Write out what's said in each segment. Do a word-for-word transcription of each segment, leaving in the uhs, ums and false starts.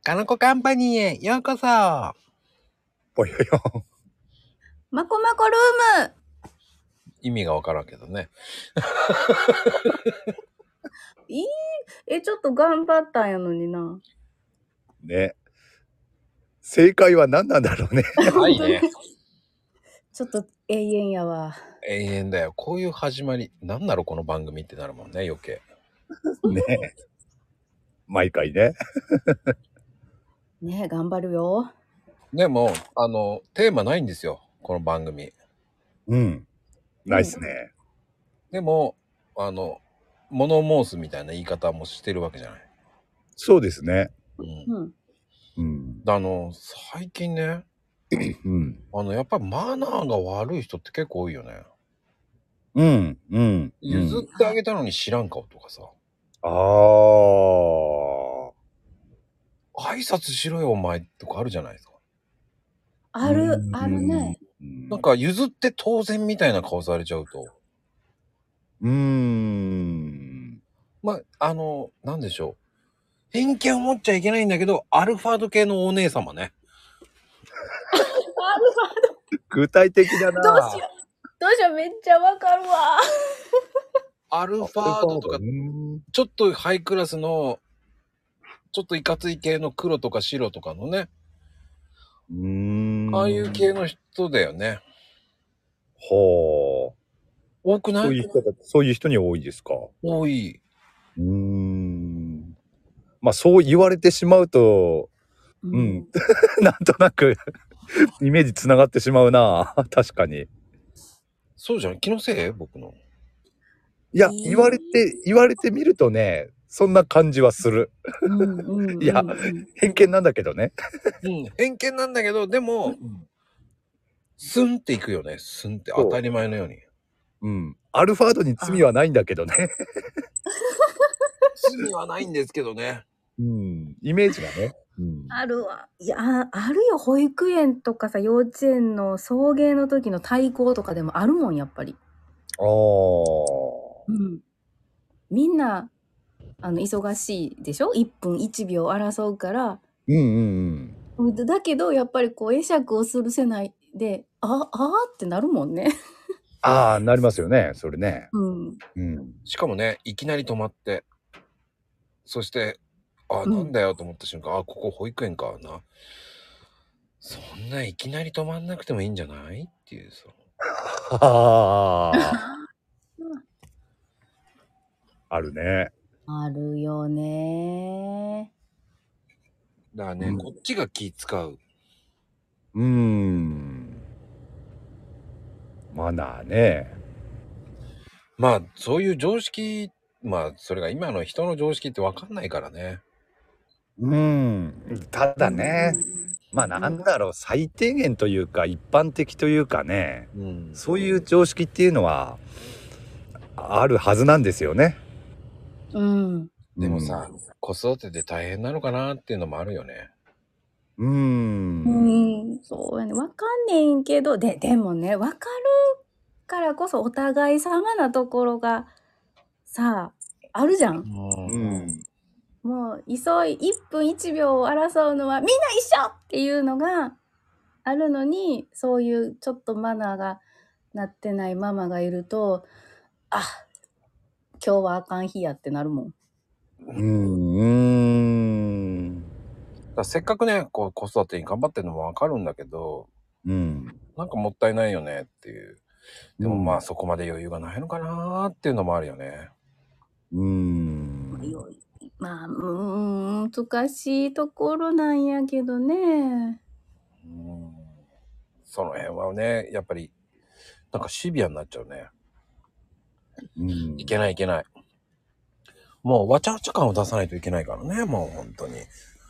かなこカンパニーへようこそ。 ぽよよ。 まこまこルーム。 意味がわからんけどね。 いいえ、ちょっと頑張ったんやのにな。 ね。正解は何なんだろうね。 はいね。 ちょっと永遠やわ。 永遠だよ。こういう始まり、なんだろうこの番組ってなるもんね、余計。 ね。毎回ね。 ねえ、頑張るよ。 でも、あの、テーマないんですよ、この番組。 うん。ないっすね。 でも、あの、物申すみたいな言い方もしてるわけじゃない。 そうですね。 うん。 うん。 うん。 あの、最近ね、 うん。 あの、やっぱりマナーが悪い人って結構多いよね。 うん。うん。 譲ってあげたのに知らん顔とかさ。 ああ。 挨拶しろよお前とかあるじゃないですか。 ある、あるね。 なんか譲って当然みたいな顔されちゃうと。 うーん。 まあ、あの、なんでしょう。偏見を持っちゃいけないんだけど、アルファード系のお姉様ね。 アルファ具体的だな。 どうしよう。どうしよう、めっちゃわかるわ。 アルファードとか、ちょっとハイクラスの、ちょっといかつい系の黒とか白とかのね。 うーん。 ああいう系の人だよね。 はあ。 多くない？ そういう人、そういう人に多いですか？ 多い。 うーん。まあそう言われてしまうと、うん、うん、なんとなくイメージつながってしまうな。確かに。 そうじゃん。気のせい？僕の。 いや、言われて言われてみるとね、そんな感じはする。 うんうんうん、 いや、偏見なんだけどね。 うん、偏見なんだけど、でも、うん、スンっていくよね。スンって当たり前のように。 うん。アルファードに罪はないんだけどね。 罪はないんですけどね。 うん。イメージがね。 うん、あるわ。いや、あるよ。保育園とかさ、幼稚園の送迎の時の対抗とかでもあるもん、やっぱり。ああ。うん。みんな、あの、忙しいでしょ ?いっ 分いちびょう争うから。 うんうんうん。だけど、やっぱりこう、会釈をするせないで、あ、ああってなるもんね。 ああ、なりますよね。それね。 うん。 うん。 しかもね、いきなり止まって、そして、あ、なんだよと思った瞬間、うん、あ、ここ保育園かな。そんないきなり止まんなくてもいいんじゃないっていうさ。 はあ。あるね。 あるよね。 だからね、うん、こっちが気使う。 うーん。マナーね。 まあ、そういう常識、まあ、それが今の人の常識ってわかんないからね。 うん。ただね、まあなんだろう、最低限というか、一般的というかね、うん、そういう常識っていうのは、あるはずなんですよね。 うん。 でもさ、うん、子育てで大変なのかなっていうのもあるよね。 うーん。 うん、そうやね。わかんねんけど、で、でもね、わかるからこそお互い様なところがさあ、あるじゃん。うん。もう、急い、いっぷんいちびょうを争うのはみんな一緒っていうのがあるのに、そういうちょっとマナーがなってないママがいると、あ、今日はあかん日やってなるもん。 うーん。 だせっかくね、こう子育てに頑張ってるのもわかるんだけど、 うん。なんかもったいないよねっていう。でもまあ、うん、そこまで余裕がないのかなっていうのもあるよね。 うーん。 まあ、うーん、難しいところなんやけどね。 うん。その辺はね、やっぱり、なんかシビアになっちゃうね。うん。いけないいけない。もうわちゃわちゃ感を出さないといけないからね、もう本当に。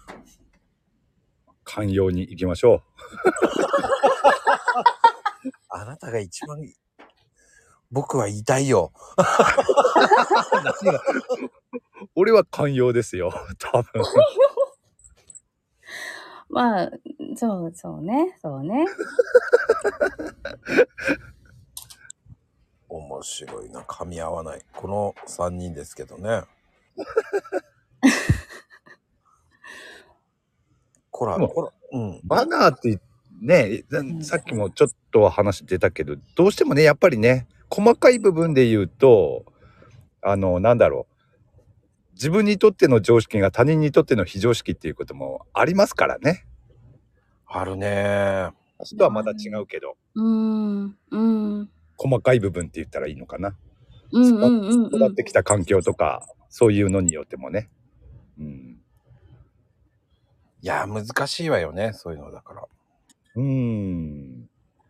寛容に行きましょう。 あなたが一番僕は言いたいよ。 俺は寛容ですよ、多分。 まあ、そうそうね、そうね。 面白いな、噛み合わない。このさんにんですけどね。 。 ほら、ほら、うん。 マナーってね、さっきもちょっと話出たけど、どうしてもね、やっぱりね、細かい部分で言うと、あの、なんだろう。自分にとっての常識が他人にとっての非常識っていうこともありますからね。 あるね。 人はまだ違うけど。 うん。うん。 細かい部分って言ったらいいのかな。 うんうんうんうん。 育ってきた環境とか、そういうのによってもね。うん。 いや、難しいわよね、そういうのだから。 うーん。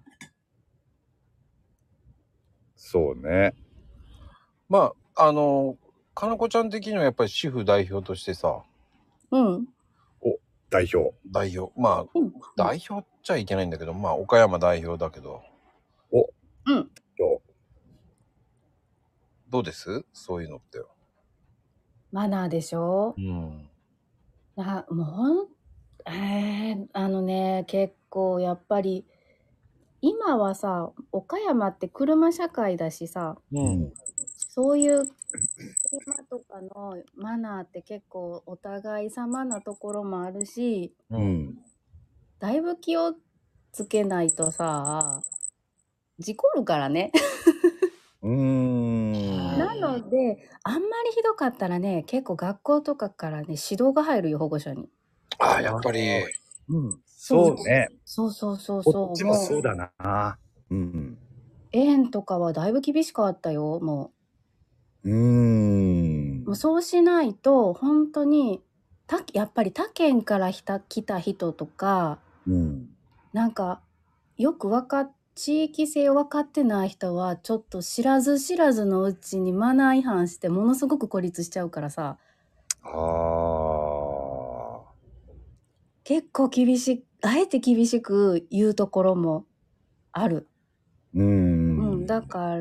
そうね。 まあ、あの、かなこちゃん的にはやっぱり主婦代表としてさ。 うん。 お、代表。 代表。まあ、うん、代表っちゃいけないんだけど、まあ、岡山代表だけど。 お。 うん。 どうどうですそういうのって。 マナーでしょ？ うん。 あ、もうほん、えー、あのね、結構やっぱり、今はさ、岡山って車社会だしさ、うん、そういう車とかのマナーって結構お互い様なところもあるし、うん、だいぶ気をつけないとさ、事故るからね。うーん。なので、あんまりひどかったらね、結構学校とかからね、指導が入るよ、保護者に。 ああ、やっぱり。 うん。そうね。 そうそうそうそう。 こっちもそうだな。うん。 園とかはだいぶ厳しかったよ、もう。うーん。 もうそうしないと、本当に、たやっぱり他県から来た来た人とか、うん、なんか、よくわかっ、地域性を分かってない人は、ちょっと知らず知らずのうちにマナー違反してものすごく孤立しちゃうからさ。ああ。結構厳しい、あえて厳しく言うところもある。うん。うん、だから、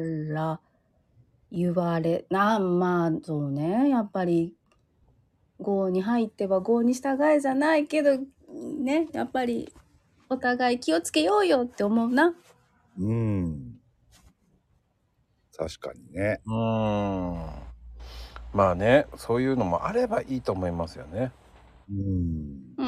言われ、な、まあ、そうね、やっぱり、郷に入っては郷に従えじゃないけど、ね、やっぱり、お互い気をつけようよって思うな。 うん。確かにね。 うーん。まあね、そういうのもあればいいと思いますよね。 うん。 うん。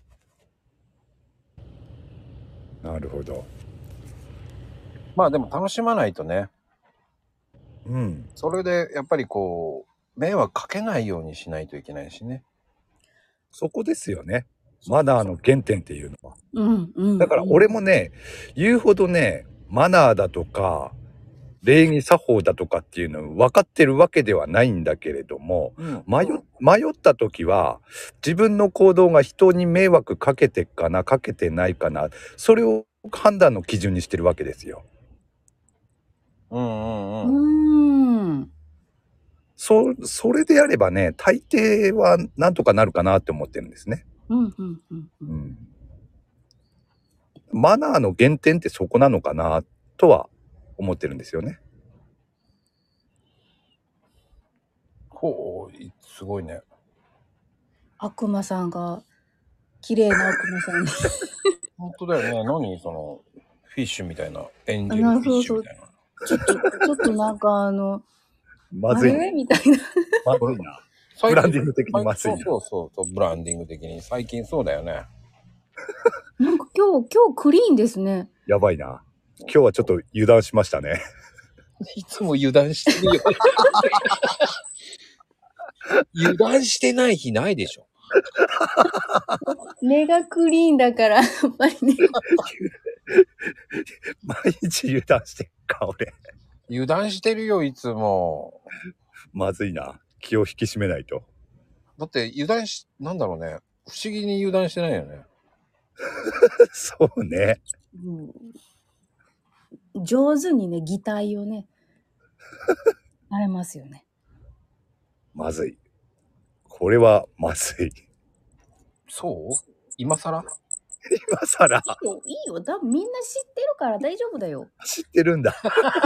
なるほど。 まあでも楽しまないとね。 うん。 それでやっぱりこう迷惑かけないようにしないといけないしね。 そこですよね。マナーの原点っていうのは。 うんうん。 だから俺もね、言うほどね、マナーだとか礼儀作法だとかっていうの分かってるわけではないんだけれども、うん、迷、迷った時は自分の行動が人に迷惑かけてかなかけてないかな、それを判断の基準にしてるわけですよ。 うんうんうん。 うん。 そ、それであればね、大抵はなんとかなるかなって思ってるんですね。 うんうんうんうん。うん、 マナーの原点ってそこなのかなとは思ってるんですよね。 ほう、すごいね。 悪魔さんが、綺麗な悪魔さんに。 本当だよね。何その、フィッシュみたいな、エンジェルフィッシュみたいな。 そうそうちょっと、ちょっとなんかあの、 まずい、 あれみたいな。 まずいな。ブランディング的にまずいな。 そうそうそう、ブランディング的に。最近そうだよね。 なんか今日、今日クリーンですね。 やばいな。今日はちょっと油断しましたね。 いつも油断してるよ。油断してない日ないでしょ。 根がクリーンだから、やっぱりね。 毎日油断してんか、俺。 油断してるよ、いつも。 まずいな。気を引き締めないと。 だって油断し、なんだろうね。不思議に油断してないよね。 そうね、 うん。上手にね、擬態をね、あれますよね。 まずい。これはまずい。 そう今更今更いいよ、いいよ。多分みんな知ってるから大丈夫だよ。 知ってるんだ。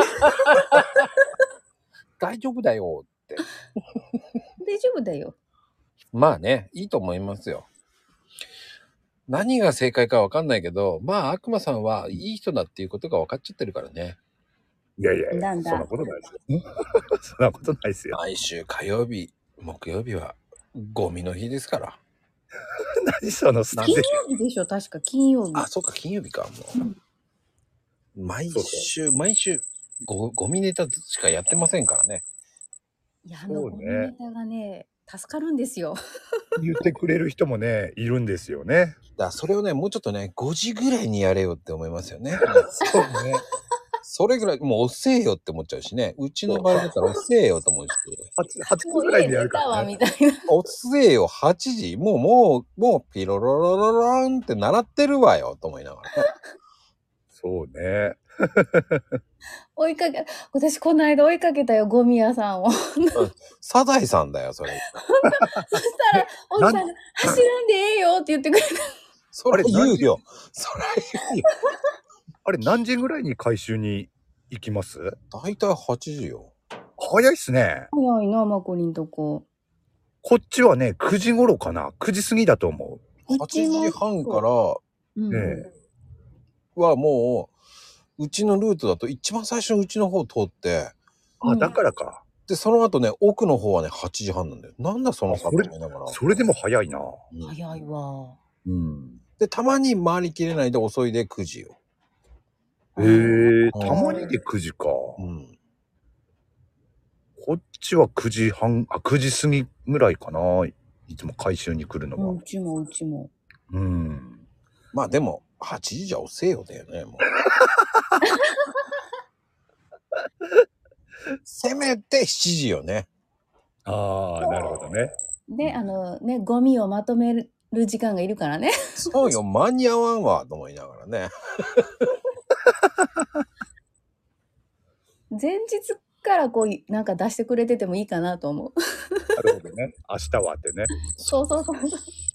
大丈夫だよって。 大丈夫だよ。 まあね、いいと思いますよ。何が正解かわかんないけど、まあ悪魔さんはいい人だっていうことが分かっちゃってるからね。 いやいやいや、 なんだそんなことないですよ。そんなことないですよ。 毎週火曜日、木曜日はゴミの日ですから。 何そのスタ金デ曜日でしょ、確か金曜日。 あ、そっか、金曜日か、もう。毎週、毎週、ご、ゴミネタしかやってませんからね。 いや、あの、ゴミネタがね、助かるんですよ。 言ってくれる人もね、いるんですよね。 だそれをね、もうちょっとね、ごじぐらいにやれよって思いますよね。 そうね。 それぐらい、もう遅えよって思っちゃうしね。うちの場合だったら遅えよと思うし。 はち、はちじぐらいにやるからね。 みたいな。 遅えよ、はちじ。もう、もう、もう、ピロロロロロンって習ってるわよ、と思いながらね。 そうね。 追いかけ、私この間追いかけたよ、ゴミ屋さんを。 サザエさんだよ、それ。 そしたら、おじさんが、走らんでええよって言ってくれた。 それ言うよ。それ言うよ。 あれ、何時ぐらいに回収に行きます？ だいたいはちじよ。 早いっすね。 早いな、マコリンとこ。 こっちはね、くじ頃かな。くじ過ぎだと思う。はちじはんから、 うん、 ね、はもう、うちのルートだと一番最初のうちの方通って、 あ、だからか。 で、その後ね、奥の方はね、はちじはんなんだよ。なんだその差って思いながら。 それでも早いな。 うん、早いわ。 うん。 で、たまに回りきれないで遅いでくじよ。 へえー、たまにでくじか。うん。こっちはくじはん、あ、くじ過ぎぐらいかな。いつも回収に来るのは。 うちもうちも。 うん。 まあでも、はちじじゃ遅えよだよね、もう。せめてしちじよね。 ああ、なるほどね。 で、あのね、ゴミをまとめる時間がいるからね。 そうよ、間に合わんわ、と思いながらね。 前日からこう、なんか出してくれててもいいかなと思う。 なるほどね。明日はってね。 そうそうそう。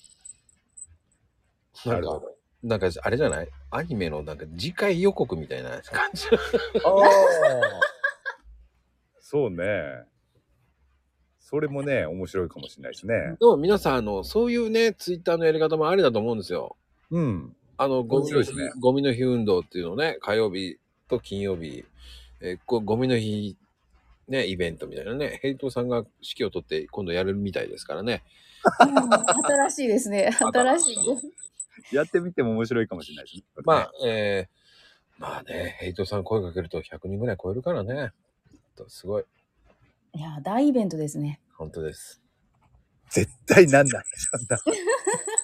なんか、なんかあれじゃない？アニメのなんか次回予告みたいな感じ。 ああ。そうね。それもね、面白いかもしれないですね。 でも皆さん、あの、そういうね、ツイッターのやり方もありだと思うんですよ。 うん。 あの、ゴミの日、 ね、 ゴミの日運動っていうのをね、火曜日と金曜日、えー、ゴミの日、ね、イベントみたいなね、ヘイトさんが指揮を取って今度やるみたいですからね。 うん、新しいですね。新しいです。 やってみても面白いかもしれないですね。 まあ、えー、まあね、ヘイトさん声かけるとひゃくにんぐらい超えるからね。すごい。 いや、大イベントですね。 本当です。 絶対なんない。そんな。